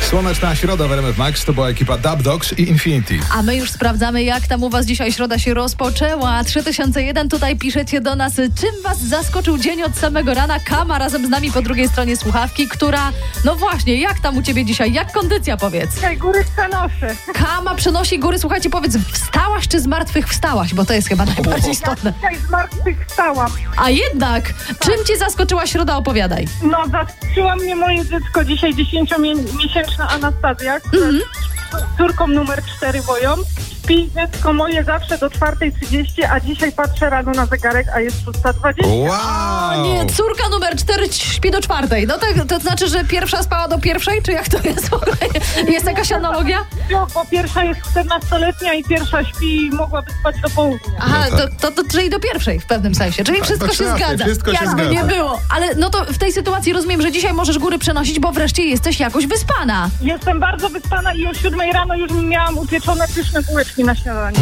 Słoneczna środa w RMF Max, to była ekipa Dub Dogs i Infinity. A my już sprawdzamy, jak tam u was dzisiaj środa się rozpoczęła. 3001, tutaj piszecie do nas, czym was zaskoczył dzień od samego rana. Kama razem z nami po drugiej stronie słuchawki, która, no właśnie, jak tam u ciebie dzisiaj? Jak kondycja, powiedz? Dzisiaj góry przenoszę. Kama przenosi góry, słuchajcie, powiedz, wstałaś czy z martwych wstałaś? Bo to jest chyba najbardziej istotne. Dzisiaj z martwych wstałam. A jednak, czym cię zaskoczyła środa? Opowiadaj. No, zaskoczyła mnie moje dziecko dzisiaj, 10-miesięczna Anastazja, która z córką numer 4 woją. Śpi dziecko moje zawsze do 4:30, a dzisiaj patrzę rano na zegarek, a jest 6:20. Wow! Nie, córka numer 4 śpi do 4. No to znaczy, że pierwsza spała do 1? Czy jak to jest w ogóle? Jest jakaś analogia? Bo pierwsza jest 14-letnia i pierwsza śpi i mogłaby spać do południa. Aha, to czyli do 1 w pewnym sensie. Czyli wszystko masz się rację, zgadza. wszystko się Jakby zgadza. nie było. Ale no to w tej sytuacji rozumiem, że dzisiaj możesz góry przenosić, bo wreszcie jesteś jakoś wyspana. Jestem bardzo wyspana i o 7 rano już miałam upieczone pyszne bułeczki na śniadanie.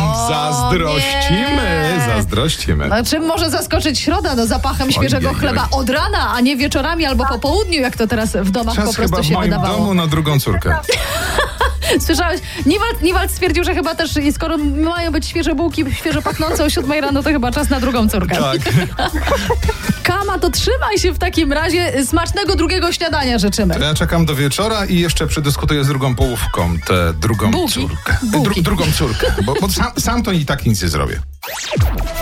Zazdrościmy. No, czym może zaskoczyć środa? No zapachem świeżego Ojej. chleba od rana, a nie wieczorami albo po południu, jak to teraz w domach Czas po chyba prostu w się moim wydawało. domu na drugą córkę. Słyszałeś? Niwald stwierdził, że chyba też, skoro mają być świeże bułki, świeżo pachnące o 7 rano, to chyba czas na drugą córkę. Tak. Kama, to trzymaj się w takim razie. Smacznego drugiego śniadania życzymy. Ja czekam do wieczora i jeszcze przedyskutuję z drugą połówką tę drugą Bułki. córkę. Bułki. Drugą córkę, bo sam to i tak nic nie zrobię.